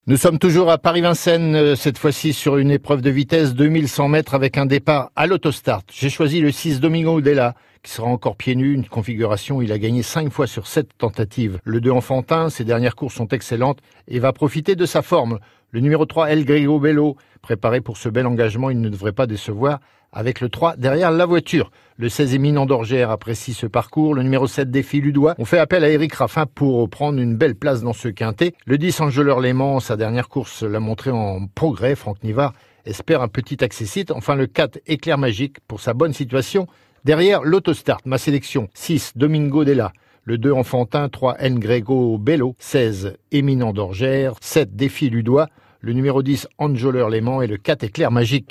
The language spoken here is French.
Nous sommes toujours à Paris-Vincennes, cette fois-ci sur une épreuve de vitesse 2100 mètres avec un départ à l'autostart. J'ai choisi le 6 Domingo Udela, qui sera encore pieds nus, une configuration où il a gagné 5 fois sur 7 tentatives. Le 2 Enfantin, ses dernières courses sont excellentes et va profiter de sa forme. Le numéro 3 El Grego Bello, préparé pour ce bel engagement, il ne devrait pas décevoir avec le 3 derrière la voiture. Le 16 Éminent d'Orgère apprécie ce parcours. Le numéro 7 Défi Ludois. On fait appel à Éric Raffin pour prendre une belle place dans ce quintet. Le 10 Angeleur Léman, sa dernière course l'a montré en progrès. Franck Nivard espère un petit accessite. Enfin le 4 Éclair Magique pour sa bonne situation. Derrière l'autostart, ma sélection 6 Domingo Della. Le 2 Enfantin, 3 N Grego Bello, 16 Éminent d'Orgère, 7 Défi Ludois, le numéro 10 Angeleur Léman et le 4 Éclair Magique.